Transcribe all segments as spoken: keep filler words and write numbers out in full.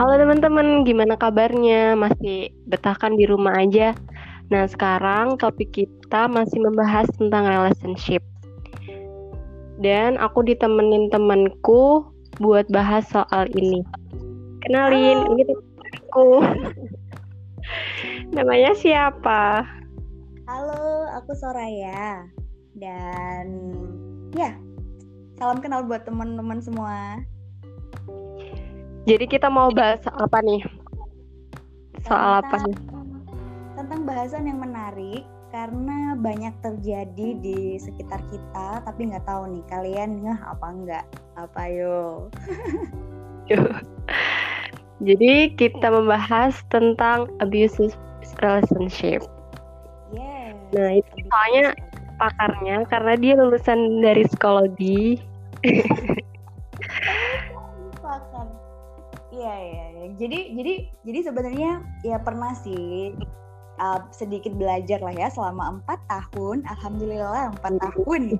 Halo teman-teman, gimana kabarnya? Masih betah kan di rumah aja? Nah, sekarang topik kita masih membahas tentang relationship. Dan aku ditemenin temanku buat bahas soal ini. Kenalin, Halo. ini temanku. Namanya siapa? Halo, aku Soraya. Dan ya, salam kenal buat teman-teman semua. Jadi kita mau bahas apa nih? Soal apa Tentang nih? tentang bahasan yang menarik karena banyak terjadi di sekitar kita, tapi nggak tahu nih kalian ngeh apa enggak? Apa yo? Jadi kita membahas tentang abusive relationship. Yes. Nah, itu soalnya pakarnya karena dia lulusan dari psikologi. Pakar. Iya, iya, iya. Jadi jadi jadi sebenarnya ya pernah sih uh, sedikit belajar lah ya selama empat tahun. Alhamdulillah empat tahun.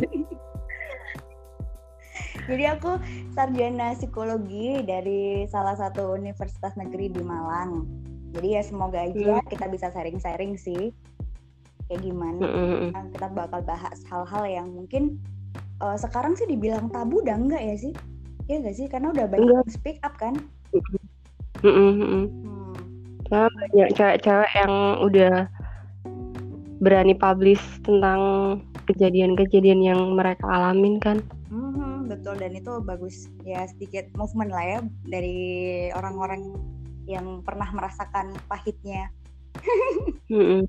Jadi aku sarjana psikologi dari salah satu universitas negeri di Malang. Jadi ya semoga aja Hmm. kita bisa sharing-sharing sih kayak gimana. Hmm. Kita bakal bahas hal-hal yang mungkin uh, sekarang sih dibilang tabu udah enggak ya sih? Ya enggak sih? Karena udah banyak yang speak up kan. Hmm. Hmm. Nah, banyak cewek-cewek yang udah berani publish tentang kejadian-kejadian yang mereka alamin kan. Hmm, betul, dan itu bagus ya, sedikit movement lah ya dari orang-orang yang pernah merasakan pahitnya. Hmm.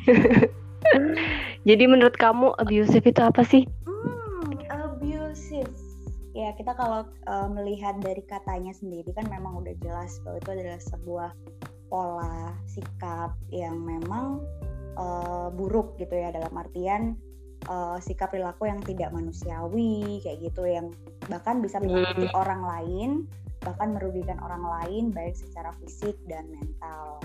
Jadi menurut kamu abusive itu apa sih? Hmm, abusive. Ya, kita kalau uh, melihat dari katanya sendiri kan memang udah jelas bahwa itu adalah sebuah pola sikap yang memang uh, buruk gitu ya, dalam artian uh, sikap perilaku yang tidak manusiawi kayak gitu, yang bahkan bisa menyakiti hmm. orang lain, bahkan merugikan orang lain baik secara fisik dan mental.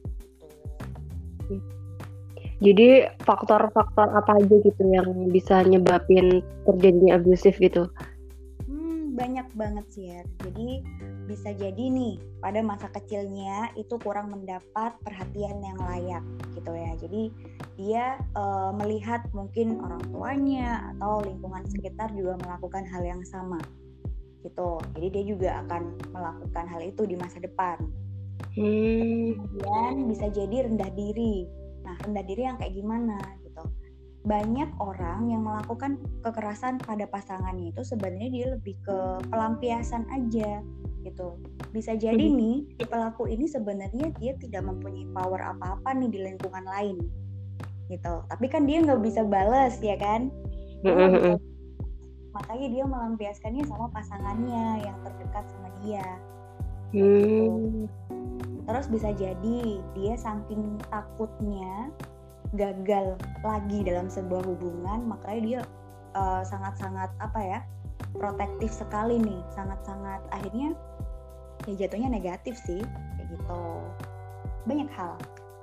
Hmm. Jadi faktor-faktor apa aja gitu yang bisa nyebabin terjadinya abusif gitu? Hmm, banyak banget sih ya. Jadi bisa jadi nih pada masa kecilnya itu kurang mendapat perhatian yang layak gitu ya. Jadi dia uh, melihat mungkin orang tuanya atau lingkungan sekitar juga melakukan hal yang sama gitu. Jadi dia juga akan melakukan hal itu di masa depan. Hmm. Kemudian bisa jadi rendah diri. Nah, rendah diri yang kayak gimana gitu. Banyak orang yang melakukan kekerasan pada pasangannya itu sebenarnya dia lebih ke pelampiasan aja gitu. Bisa jadi hmm. nih si pelaku ini sebenarnya dia tidak mempunyai power apa-apa nih di lingkungan lain gitu. Tapi kan dia nggak bisa balas ya kan. Dia nggak bisa, makanya dia melampiaskannya sama pasangannya yang terdekat sama dia. Hmm. Gitu. Terus bisa jadi dia saking takutnya gagal lagi dalam sebuah hubungan, makanya dia uh, sangat-sangat apa ya, protektif sekali nih, sangat-sangat akhirnya ya jatuhnya negatif sih kayak gitu. Banyak hal.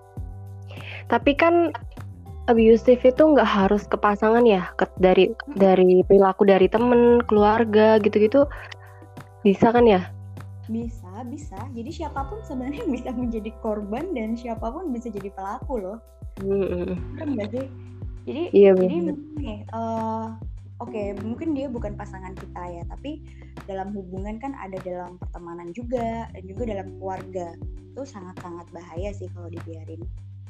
Tapi kan abusive itu nggak harus ke pasangan ya, ke, dari hmm. dari perilaku dari temen, keluarga gitu-gitu bisa kan ya? Bisa, bisa. Jadi siapapun sebenarnya bisa menjadi korban dan siapapun bisa jadi pelaku loh. Mm-hmm. Kan nggak sih? Jadi, iya, jadi nih, uh, oke, okay, mungkin dia bukan pasangan kita ya, tapi dalam hubungan kan ada dalam pertemanan juga dan juga dalam keluarga. Itu sangat-sangat bahaya sih kalau dibiarin.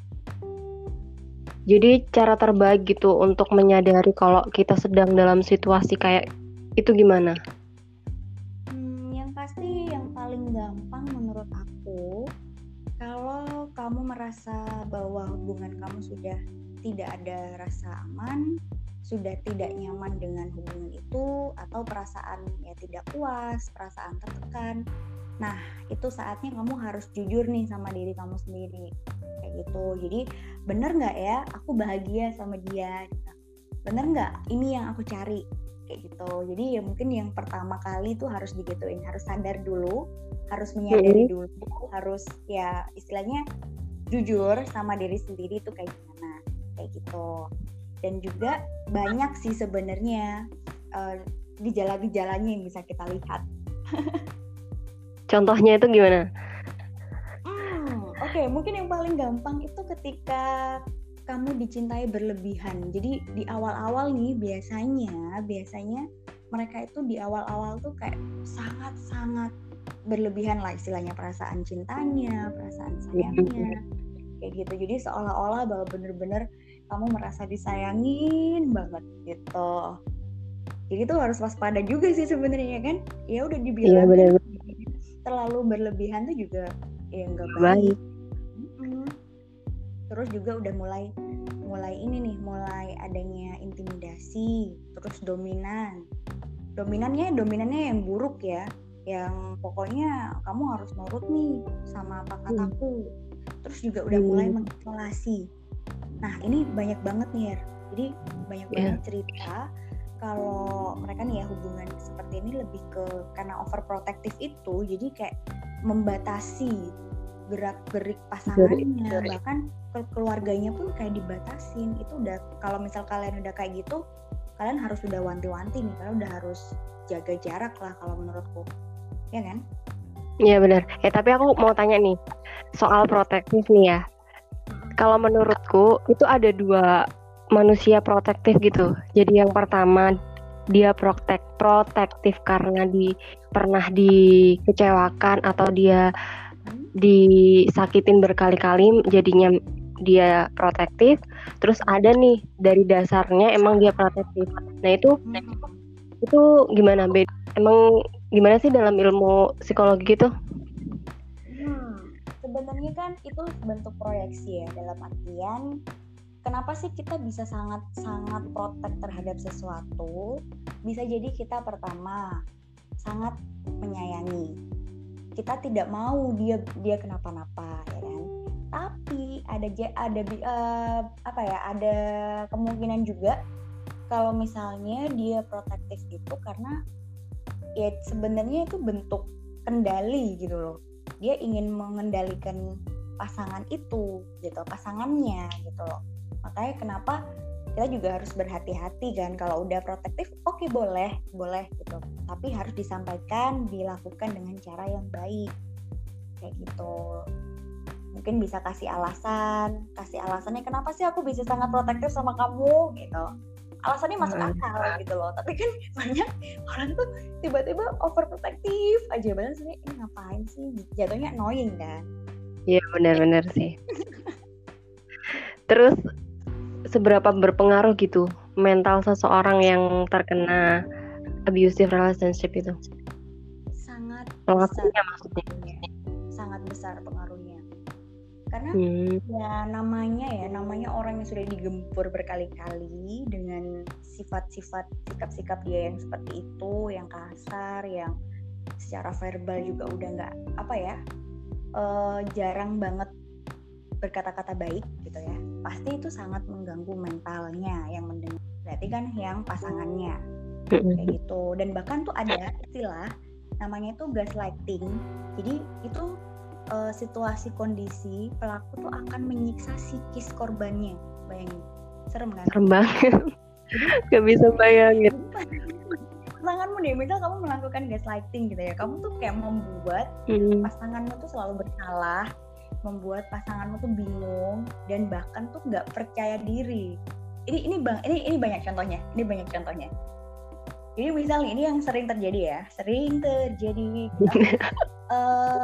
Jadi cara terbaik gitu untuk menyadari kalau kita sedang dalam situasi kayak itu gimana? Hmm, yang pasti yang paling gampang menurut aku, kalau kamu merasa bahwa hubungan kamu sudah tidak ada rasa aman, sudah tidak nyaman dengan hubungan itu, atau perasaan ya tidak puas, perasaan tertekan, nah itu saatnya kamu harus jujur nih sama diri kamu sendiri kayak gitu. Jadi bener nggak ya aku bahagia sama dia, bener nggak ini yang aku cari kayak gitu. Jadi ya mungkin yang pertama kali tuh harus digituin, harus sadar dulu, harus menyadari mm-hmm. dulu, harus ya istilahnya jujur sama diri sendiri itu kayak gimana kayak gitu. Dan juga banyak sih sebenarnya uh, gejala-gejalanya yang bisa kita lihat. Contohnya itu gimana? Hmm, oke, okay. Mungkin yang paling gampang itu ketika kamu dicintai berlebihan. Jadi di awal-awal nih biasanya, biasanya mereka itu di awal-awal tuh kayak sangat-sangat berlebihan lah istilahnya, perasaan cintanya, perasaan sayangnya, kayak gitu. Jadi seolah-olah bahwa bener-bener kamu merasa disayangin banget gitu. Jadi tuh harus waspada juga sih sebenarnya kan. Ya udah dibilang iya, kan terlalu berlebihan tuh juga ya nggak baik. baik. Mm-mm. Terus juga udah mulai mulai ini nih, mulai adanya intimidasi, terus dominan. Dominannya dominannya yang buruk ya, yang pokoknya kamu harus nurut nih sama apa kataku. Hmm. Terus juga udah hmm. mulai mengisolasi. Nah ini banyak banget nih ya. Jadi banyak yeah. banget cerita kalau mereka nih ya hubungan seperti ini lebih ke karena overprotective itu, jadi kayak membatasi gerak-gerik pasangannya, Gerik. bahkan keluarganya pun kayak dibatasin. Itu udah, kalau misal kalian udah kayak gitu, kalian harus udah wanti-wanti nih, kalian udah harus jaga jarak lah kalau menurutku, ya kan? Iya benar. Eh tapi aku mau tanya nih soal protektif nih ya. Kalau menurutku itu ada dua manusia protektif gitu. Jadi yang pertama dia protek protektif karena di pernah dikecewakan atau dia disakitin berkali-kali, jadinya dia protektif. Terus ada nih dari dasarnya emang dia protektif. Nah itu hmm. itu gimana? Be- emang gimana sih dalam ilmu psikologi gitu? Hmm, sebenarnya kan itu bentuk proyeksi ya, dalam artian kenapa sih kita bisa sangat-sangat protek terhadap sesuatu? Bisa jadi kita pertama sangat menyayangi. Kita tidak mau dia dia kenapa-napa, ya kan? Tapi ada ada uh, apa ya? Ada kemungkinan juga kalau misalnya dia protektif itu karena ya sebenarnya itu bentuk kendali gitu loh. Dia ingin mengendalikan pasangan itu gitu, pasangannya gitu loh. Makanya kenapa kita juga harus berhati-hati kan, kalau udah protektif oke okay, boleh, boleh gitu. Tapi harus disampaikan, dilakukan dengan cara yang baik. Kayak gitu. Mungkin bisa kasih alasan, kasih alasannya kenapa sih aku bisa sangat protektif sama kamu gitu. Alasannya masuk akal gitu loh. Tapi kan banyak orang tuh tiba-tiba overprotektif aja, padahal sebenarnya ini ngapain sih? Jatuhnya annoying kan. Iya benar-benar sih. Terus seberapa berpengaruh gitu mental seseorang yang terkena abusive relationship itu? Sangat besar maksudnya. Sangat besar pengaruhnya. Karena hmm. ya namanya ya, namanya orang yang sudah digempur berkali-kali dengan sifat-sifat, sikap-sikap dia yang seperti itu, yang kasar, yang secara verbal juga udah nggak apa ya, uh, jarang banget berkata-kata baik gitu ya, pasti itu sangat mengganggu mentalnya yang mendengar. Berarti kan yang pasangannya kayak gitu. Dan bahkan tuh ada istilah namanya itu gaslighting. Jadi itu uh, situasi kondisi pelaku tuh akan menyiksa psikis korbannya. Bayangin, serem kan? Serem banget. Gak bisa bayangin. Pasanganmu nih, misal kamu melakukan gaslighting gitu ya, kamu tuh kayak membuat hmm. pasanganmu tuh selalu bersalah, membuat pasanganmu tuh bingung dan bahkan tuh nggak percaya diri. Ini ini bang, ini ini banyak contohnya. Ini banyak contohnya. Jadi misalnya ini yang sering terjadi ya, sering terjadi. uh,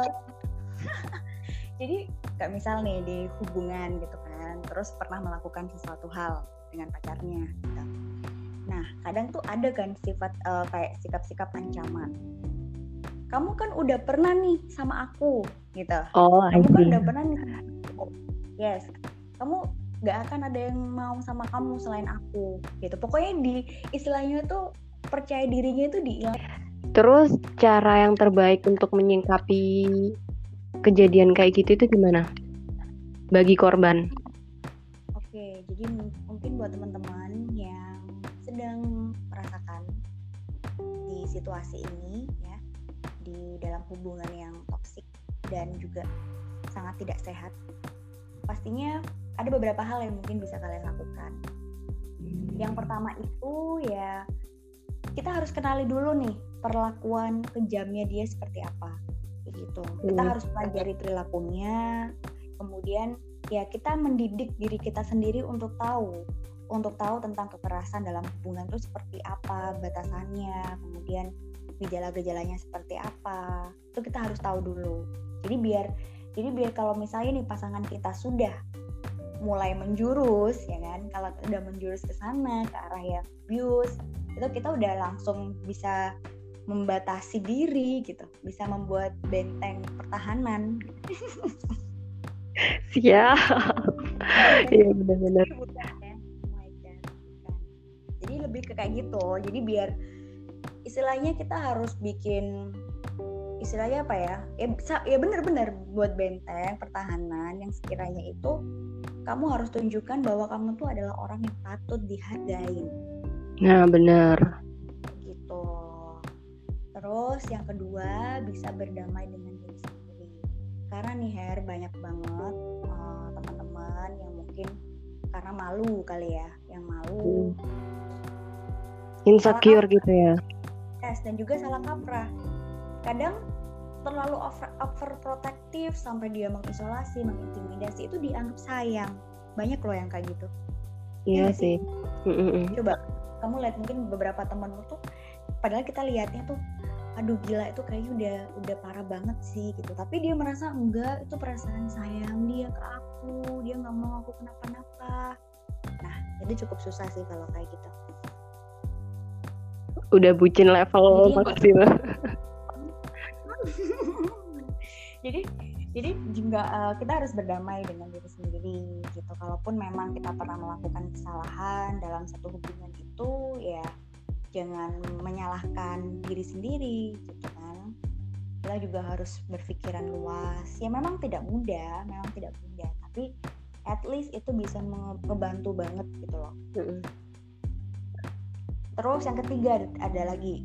jadi kayak misal nih di hubungan gitu kan, terus pernah melakukan sesuatu hal dengan pacarnya. Gitu. Nah kadang tuh ada kan sifat uh, kayak sikap-sikap ancaman. Kamu kan udah pernah nih sama aku gitu. Oh, kamu kan udah pernah nih sama aku. Yes. Kamu gak akan ada yang mau sama kamu selain aku gitu. Pokoknya di istilahnya tuh percaya dirinya itu dihilang. Terus cara yang terbaik untuk menyingkapi kejadian kayak gitu itu gimana? Bagi korban. Oke, jadi m- mungkin buat teman-teman yang sedang merasakan di situasi ini ya, di dalam hubungan yang toksik dan juga sangat tidak sehat, pastinya ada beberapa hal yang mungkin bisa kalian lakukan. Yang pertama itu ya, kita harus kenali dulu nih perlakuan kejamnya dia seperti apa. gitu. Kita Hmm. harus pelajari perilakunya, kemudian ya kita mendidik diri kita sendiri untuk tahu untuk tahu tentang kekerasan dalam hubungan itu seperti apa, batasannya, kemudian gejala-gejalanya seperti apa. Itu kita harus tahu dulu. Jadi biar jadi biar kalau misalnya nih pasangan kita sudah mulai menjurus, ya kan, kalau udah menjurus ke sana ke arah yang abuse, itu kita udah langsung bisa membatasi diri gitu, bisa membuat benteng pertahanan. Siap. Iya benar-benar. Bukan ya, oh my God, bukan. Jadi lebih ke kayak gitu. Jadi biar istilahnya kita harus bikin istilahnya apa ya? Ya, ya benar-benar buat benteng pertahanan yang sekiranya itu kamu harus tunjukkan bahwa kamu tuh adalah orang yang patut dihargain. Nah benar. Gitu. Terus yang kedua bisa berdamai dengan diri sendiri. Karena nih Her, banyak banget uh, teman-teman yang mungkin karena malu kali ya, yang malu, Hmm. Insecure gitu ya. yes, dan juga salah kaprah. Kadang terlalu over, overprotective sampai dia mengisolasi, mengintimidasi, itu dianggap sayang. Banyak loh yang kayak gitu. Iya Ya sih. Mm-mm. Coba kamu lihat mungkin beberapa temanmu tuh, padahal kita lihatnya tuh, aduh gila itu kayaknya udah udah parah banget sih gitu. Tapi dia merasa enggak, itu perasaan sayang dia ke aku, dia nggak mau aku kenapa-napa. Nah itu cukup susah sih kalau kayak gitu. Udah bucin level Jadi- maksimal. jadi jadi juga uh, kita harus berdamai dengan diri sendiri gitu. Kalaupun memang kita pernah melakukan kesalahan dalam satu hubungan itu, ya jangan menyalahkan diri sendiri gitu kan. Kita juga harus berpikiran luas. Ya memang tidak mudah, memang tidak mudah, tapi at least itu bisa membantu banget gitu loh. Mm-mm. Terus yang ketiga ada lagi,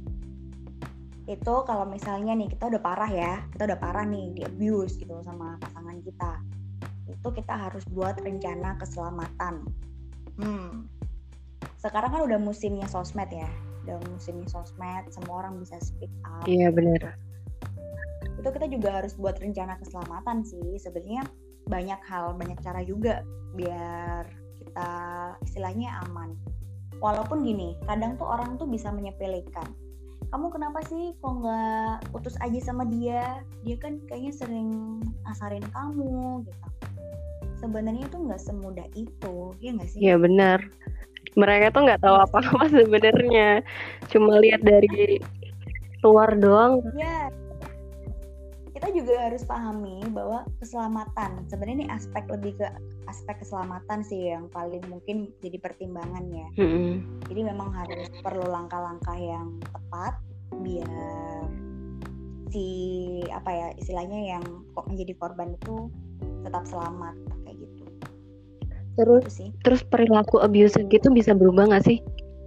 itu kalau misalnya nih kita udah parah ya, kita udah parah nih di abuse gitu sama pasangan kita, itu kita harus buat rencana keselamatan. Hmm. Sekarang kan udah musimnya sosmed ya, udah musimnya sosmed, semua orang bisa speak up. Iya benar. Itu kita juga harus buat rencana keselamatan sih. Sebenarnya banyak hal, banyak cara juga biar kita istilahnya aman. Walaupun gini, kadang tuh orang tuh bisa menyepelekan. Kamu kenapa sih kok nggak putus aja sama dia? Dia kan kayaknya sering asarin kamu gitu. Sebenarnya itu nggak semudah itu, ya nggak sih? Iya benar. Mereka tuh nggak tahu apa-apa sebenarnya. Cuma lihat dari luar doang. Ya, kita juga harus pahami bahwa keselamatan, sebenarnya ini aspek lebih ke aspek keselamatan sih yang paling mungkin jadi pertimbangan ya. Mm-mm. Jadi memang harus perlu langkah-langkah yang tepat biar si apa ya istilahnya yang kok menjadi korban itu tetap selamat kayak gitu. Terus Itu sih. terus perilaku abusive gitu bisa berubah nggak sih?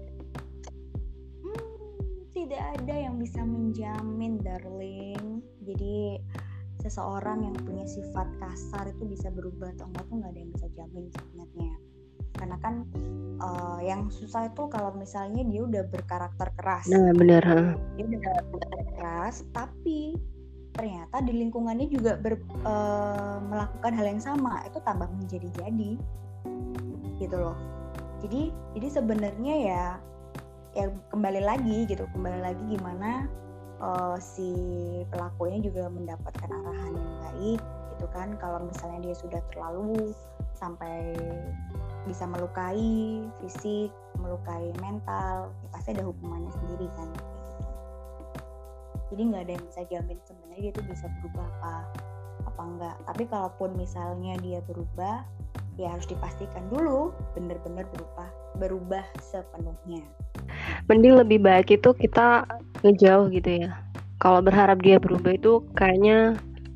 Hmm, tidak ada yang bisa menjamin, darling. Jadi seseorang yang punya sifat kasar itu bisa berubah atau enggak tuh nggak ada yang bisa jamin sebenarnya. Karena kan uh, yang susah itu kalau misalnya dia udah berkarakter keras. Nah benar. Ha. Dia udah berkarakter keras, tapi ternyata di lingkungannya juga ber, uh, melakukan hal yang sama, itu tambah menjadi-jadi, gitu loh. Jadi, jadi sebenarnya ya, ya kembali lagi gitu, kembali lagi gimana uh, si pelakunya juga mendapatkan arahan yang baik, gitu kan. Kalau misalnya dia sudah terlalu sampai bisa melukai fisik, melukai mental, ya pasti ada hukumannya sendiri kan. Jadi nggak ada yang bisa jamin sebenarnya dia tuh bisa berubah apa apa enggak. Tapi kalaupun misalnya dia berubah, ya harus dipastikan dulu benar-benar berubah berubah sepenuhnya. Mending lebih baik itu kita ngejauh gitu ya. Kalau berharap dia berubah itu kayaknya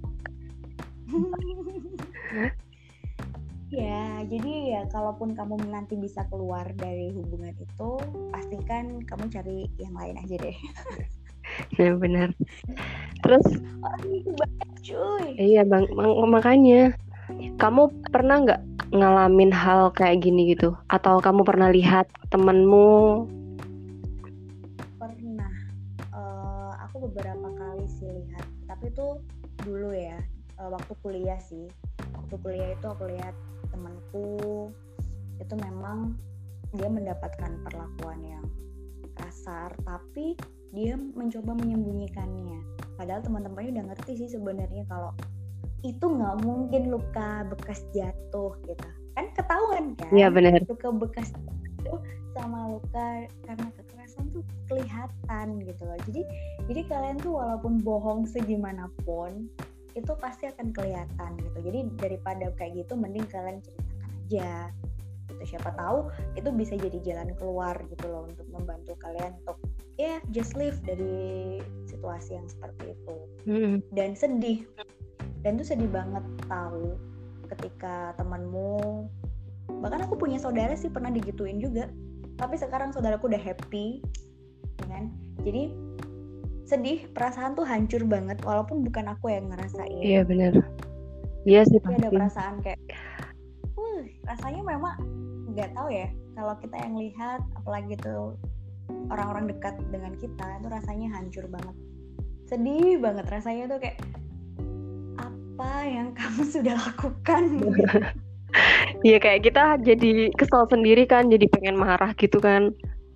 Ya, jadi ya kalaupun kamu nanti bisa keluar dari hubungan itu, pastikan kamu cari yang lain aja deh. nah benar. Terus Orang itu banyak cuy. iya bang, mak- makanya kamu pernah nggak ngalamin hal kayak gini gitu? Atau kamu pernah lihat temenmu? Pernah, uh, aku beberapa kali sih lihat, tapi itu dulu ya, uh, waktu kuliah sih. Waktu kuliah itu aku lihat temanku itu memang dia mendapatkan perlakuan yang kasar, tapi dia mencoba menyembunyikannya. Padahal teman-temannya udah ngerti sih sebenarnya kalau itu nggak mungkin luka bekas jatuh gitu. Kan ketahuan kan? Iya benar. Luka bekas jatuh sama luka karena kekerasan tuh kelihatan gitu loh. Jadi jadi kalian tuh walaupun bohong segimanapun itu pasti akan kelihatan gitu. Jadi daripada kayak gitu mending kalian ceritakan aja. Gitu. Siapa tahu itu bisa jadi jalan keluar gitu loh untuk membantu kalian untuk ya yeah, just live dari situasi yang seperti itu. Hmm. Dan sedih. Dan tuh sedih banget tahu ketika temanmu, bahkan aku punya saudara sih pernah digituin juga, tapi sekarang saudaraku udah happy, ya kan? Jadi sedih, perasaan tuh hancur banget, walaupun bukan aku yang ngerasain. Iya benar. Iya sih pasti. Ada perasaan kayak, uh, rasanya memang nggak tahu ya. Kalau kita yang lihat, apalagi tuh orang-orang dekat dengan kita, itu rasanya hancur banget, sedih banget rasanya tuh kayak apa yang kamu sudah lakukan. Iya kayak kita jadi kesal sendiri kan, jadi pengen marah gitu kan.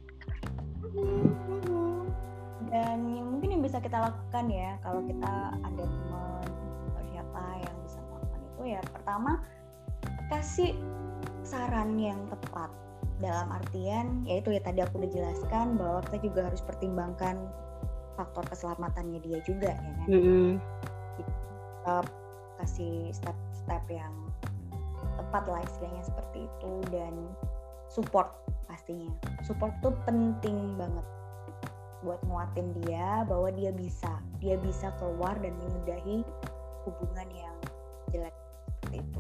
Dan yang mungkin yang bisa kita lakukan ya kalau kita ada teman atau siapa yang bisa melakukan itu ya, pertama kasih saran yang tepat, dalam artian yaitu ya tadi aku udah jelaskan bahwa kita juga harus pertimbangkan faktor keselamatannya dia juga ya kan. Mm-hmm. Kita kasih step-step yang tepat lah istilahnya seperti itu, dan support pastinya. Support tuh penting banget buat nguatin dia bahwa dia bisa, dia bisa keluar dan menyudahi hubungan yang jelek seperti itu.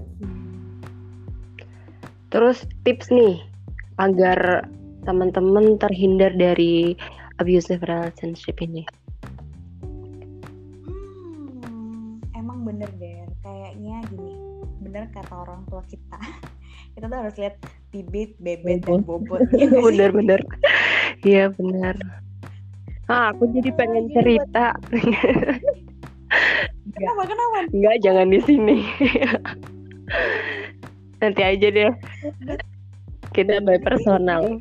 Terus tips nih agar teman-teman terhindar dari abusive relationship ini. Hmm, emang bener deh, kayaknya gini, bener kata orang tua kita, kita tuh harus lihat bibit, bebet, dan bobot. Bener-bener, iya bener. Ah, aku jadi pengen oh, cerita. Buat... kenapa kenapa? Enggak, jangan di sini. Nanti aja deh. Kita by personal.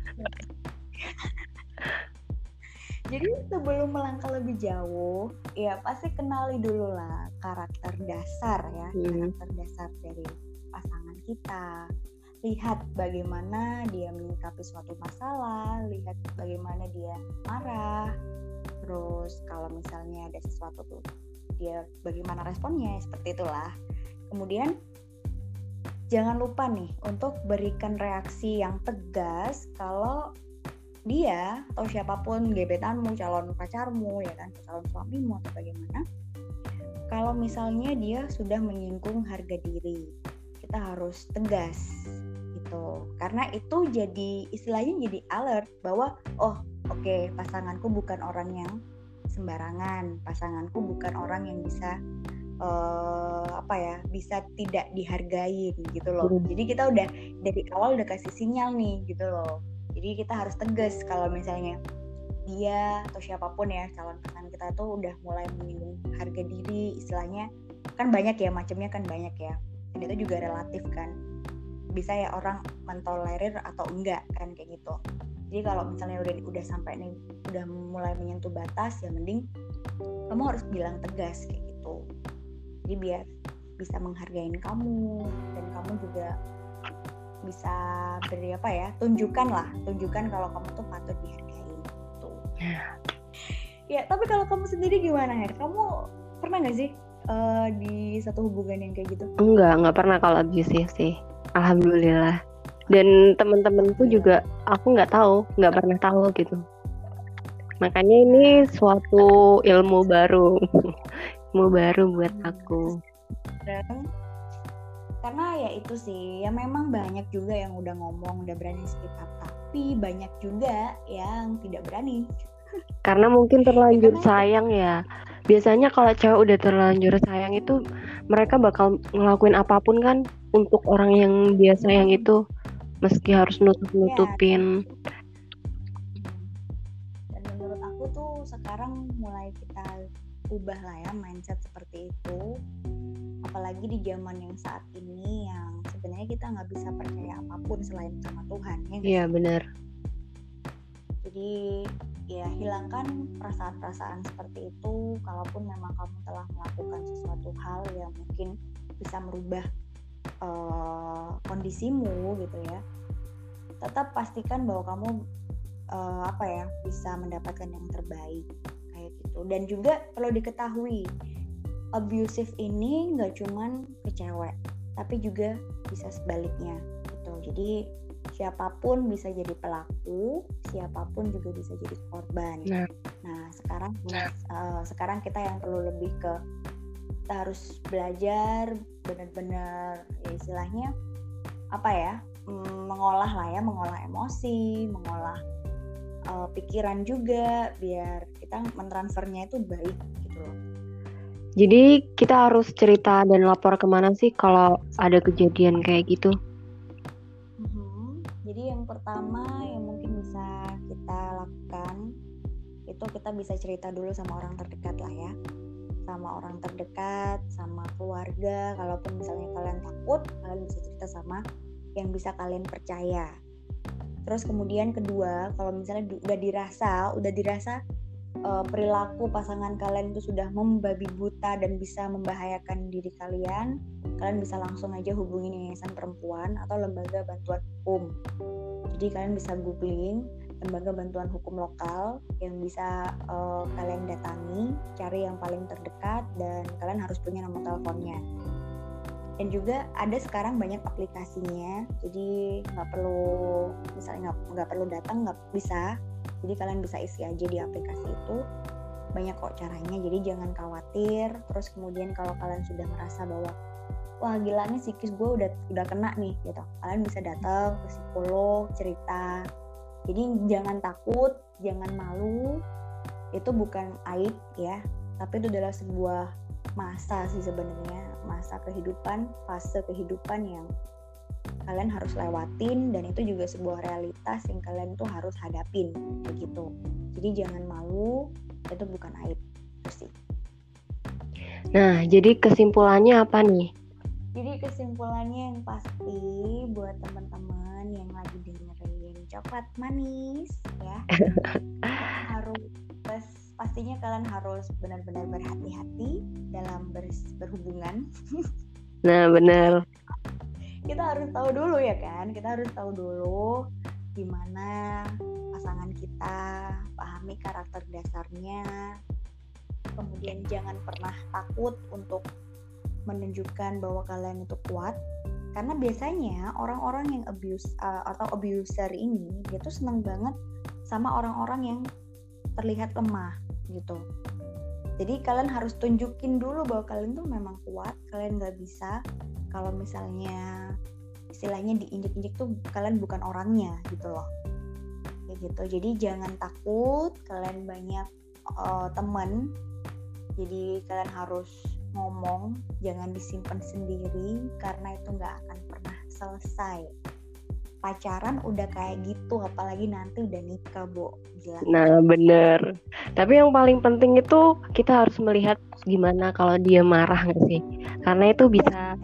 Jadi sebelum melangkah lebih jauh, ya pasti kenali dulu lah karakter dasar ya, hmm. karakter dasar dari pasangan kita. Lihat bagaimana dia menyikapi suatu masalah, lihat bagaimana dia marah. Terus kalau misalnya ada sesuatu tuh, dia bagaimana responnya, seperti itulah. Kemudian jangan lupa nih untuk berikan reaksi yang tegas kalau dia atau siapapun gebetanmu, calon pacarmu, ya kan, calon suamimu atau bagaimana, kalau misalnya dia sudah menyinggung harga diri, kita harus tegas gitu, karena itu jadi istilahnya jadi alert bahwa oh oke okay, pasanganku bukan orang yang sembarangan, pasanganku bukan orang yang bisa uh, apa ya bisa tidak dihargai gitu loh. Jadi kita udah dari awal udah kasih sinyal nih gitu loh. Jadi kita harus tegas kalau misalnya dia atau siapapun ya calon pasangan kita tuh udah mulai menyinggung harga diri, istilahnya kan banyak ya macamnya kan banyak ya, dan itu juga relatif kan, bisa ya orang mentolerir atau enggak kan kayak gitu. Jadi kalau misalnya udah udah sampai nih udah mulai menyentuh batas ya mending kamu harus bilang tegas kayak gitu. Jadi biar bisa menghargain kamu dan kamu juga bisa beri apa ya, tunjukkan lah, tunjukkan kalau kamu tuh patut dihargai gitu. Ya, tapi kalau kamu sendiri gimana Her? Kamu pernah nggak sih uh, di satu hubungan yang kayak gitu? Enggak, nggak pernah kalau abusive sih. Alhamdulillah. Dan teman-temanku juga aku nggak tahu, nggak pernah tahu gitu. Makanya ini suatu ilmu baru, ilmu baru buat aku. Dan karena ya itu sih, ya memang banyak juga yang udah ngomong, udah berani speak up, tapi banyak juga yang tidak berani. Karena mungkin terlanjur ya, sayang ya. Biasanya kalau cewek udah terlanjur sayang itu mereka bakal ngelakuin apapun kan untuk orang yang dia sayang itu, meski harus nutup-nutupin. Ya, dan menurut aku aku tuh sekarang mulai kita ubah lah ya mindset seperti itu. Apalagi di zaman yang saat ini yang sebenarnya kita nggak bisa percaya apapun selain sama Tuhan, ya nggak Iya, sih? benar. Jadi ya hilangkan perasaan-perasaan seperti itu. Kalaupun memang kamu telah melakukan sesuatu hal yang mungkin bisa merubah uh, kondisimu gitu ya, tetap pastikan bahwa kamu uh, apa ya bisa mendapatkan yang terbaik kayak gitu. Dan juga perlu diketahui, abusive ini nggak cuman ke cewek, tapi juga bisa sebaliknya gitu. Jadi siapapun bisa jadi pelaku, siapapun juga bisa jadi korban. Nah, nah sekarang nah. Uh, sekarang kita yang perlu lebih ke kita harus belajar benar-benar ya istilahnya apa ya mm, mengolah lah ya, mengolah emosi, mengolah uh, pikiran juga biar kita mentransfernya itu baik gitu loh. Jadi kita harus cerita dan lapor kemana sih kalau ada kejadian kayak gitu? Mm-hmm. Jadi yang pertama yang mungkin bisa kita lakukan itu kita bisa cerita dulu sama orang terdekat lah ya, sama orang terdekat, sama keluarga. Kalaupun misalnya kalian takut, kalian bisa cerita sama yang bisa kalian percaya. Terus kemudian kedua, kalau misalnya udah dirasa, udah dirasa uh, perilaku pasangan kalian itu sudah membabi buta dan bisa membahayakan diri kalian, kalian bisa langsung aja hubungin Yayasan Perempuan atau Lembaga Bantuan Hukum. Jadi kalian bisa googling lembaga bantuan hukum lokal yang bisa uh, kalian datangi, cari yang paling terdekat dan kalian harus punya nomor teleponnya. Dan juga ada sekarang banyak aplikasinya, jadi nggak perlu misalnya nggak nggak perlu datang, nggak bisa. Jadi kalian bisa isi aja di aplikasi itu, banyak kok caranya. Jadi jangan khawatir. Terus kemudian kalau kalian sudah merasa bahwa wah gila nih psikis gue udah udah kena nih gitu, kalian bisa datang ke psikolog, cerita. Jadi jangan takut, jangan malu, itu bukan aib ya, tapi itu adalah sebuah masa sih sebenarnya, masa kehidupan, fase kehidupan yang kalian harus lewatin dan itu juga sebuah realitas yang kalian tuh harus hadapin kayak gitu. Jadi jangan malu, itu bukan aib, itu sih. Nah, jadi kesimpulannya apa nih? Jadi kesimpulannya yang pasti buat teman-teman yang lagi dengerin coklat manis ya, harus pastinya kalian harus benar-benar berhati-hati dalam ber, berhubungan. Nah benar. Kita harus tahu dulu ya kan, kita harus tahu dulu gimana pasangan kita, pahami karakter dasarnya. Kemudian jangan pernah takut untuk menunjukkan bahwa kalian itu kuat. Karena biasanya orang-orang yang abuse uh, atau abuser ini dia tuh seneng banget sama orang-orang yang terlihat lemah gitu. Jadi kalian harus tunjukin dulu bahwa kalian tuh memang kuat, kalian nggak bisa. Kalau misalnya istilahnya diinjek-injek tuh kalian bukan orangnya gitu loh. Kayak gitu. Jadi jangan takut, kalian banyak uh, teman. Jadi kalian harus ngomong, jangan disimpan sendiri karena itu nggak akan pernah selesai. Pacaran udah kayak gitu, apalagi nanti udah nikah, Bo. Gila. Nah bener. Tapi yang paling penting itu kita harus melihat gimana kalau dia marah nggak sih? Karena itu bisa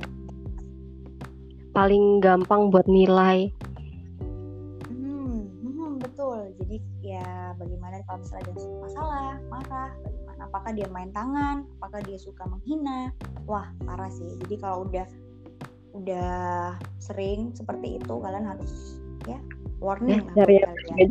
paling gampang buat nilai. Hmm, hmm betul. Jadi ya bagaimana kalau misalnya ada masalah, marah, bagaimana? Apakah dia main tangan? Apakah dia suka menghina? Wah parah sih. Jadi kalau udah udah sering seperti itu kalian harus ya warning ya, lah ya, kalian.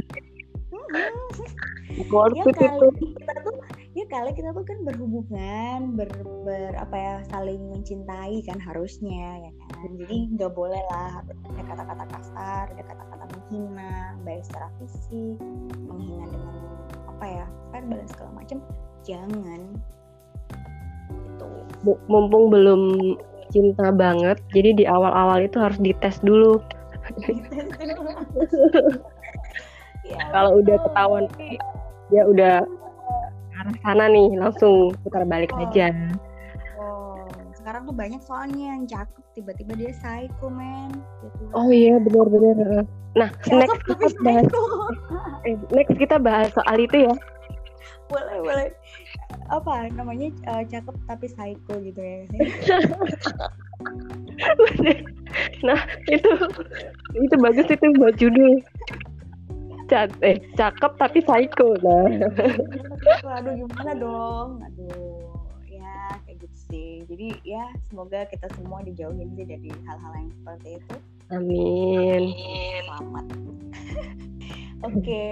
Ya kali kita tuh ya kali kita tuh kan berhubungan ber, ber apa ya saling mencintai kan harusnya ya kan. Jadi nggak boleh lah ada kata-kata kasar, ada kata-kata menghina baik secara fisik, menghina dengan apa ya verbal dan segala macam. Jangan itu. Mumpung belum cinta banget, jadi di awal-awal itu harus dites dulu. Ya, kalau udah ketahuan dia udah arah sana nih, langsung putar balik oh. aja. Oh, sekarang tuh banyak soalnya yang cakep tiba-tiba dia psycho man. Gitu. Oh iya benar-benar. Nah cakep, next kita bahas, eh, next kita bahas soal itu ya. boleh boleh apa namanya uh, cakep tapi psycho gitu ya. Nah itu itu bagus itu buat judul. Cat eh cakep tapi psycho nah. Aduh gimana dong, aduh ya kayak gitu sih. Jadi ya semoga kita semua dijauhin sih dari hal-hal yang seperti itu. Amin. Selamat. Oke.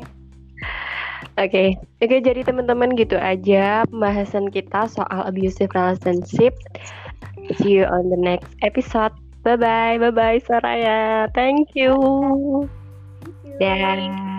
Oke, oke jadi teman-teman gitu aja pembahasan kita soal abusive relationship. See you on the next episode. Bye bye, bye bye Soraya. Thank you. Thank you. Dan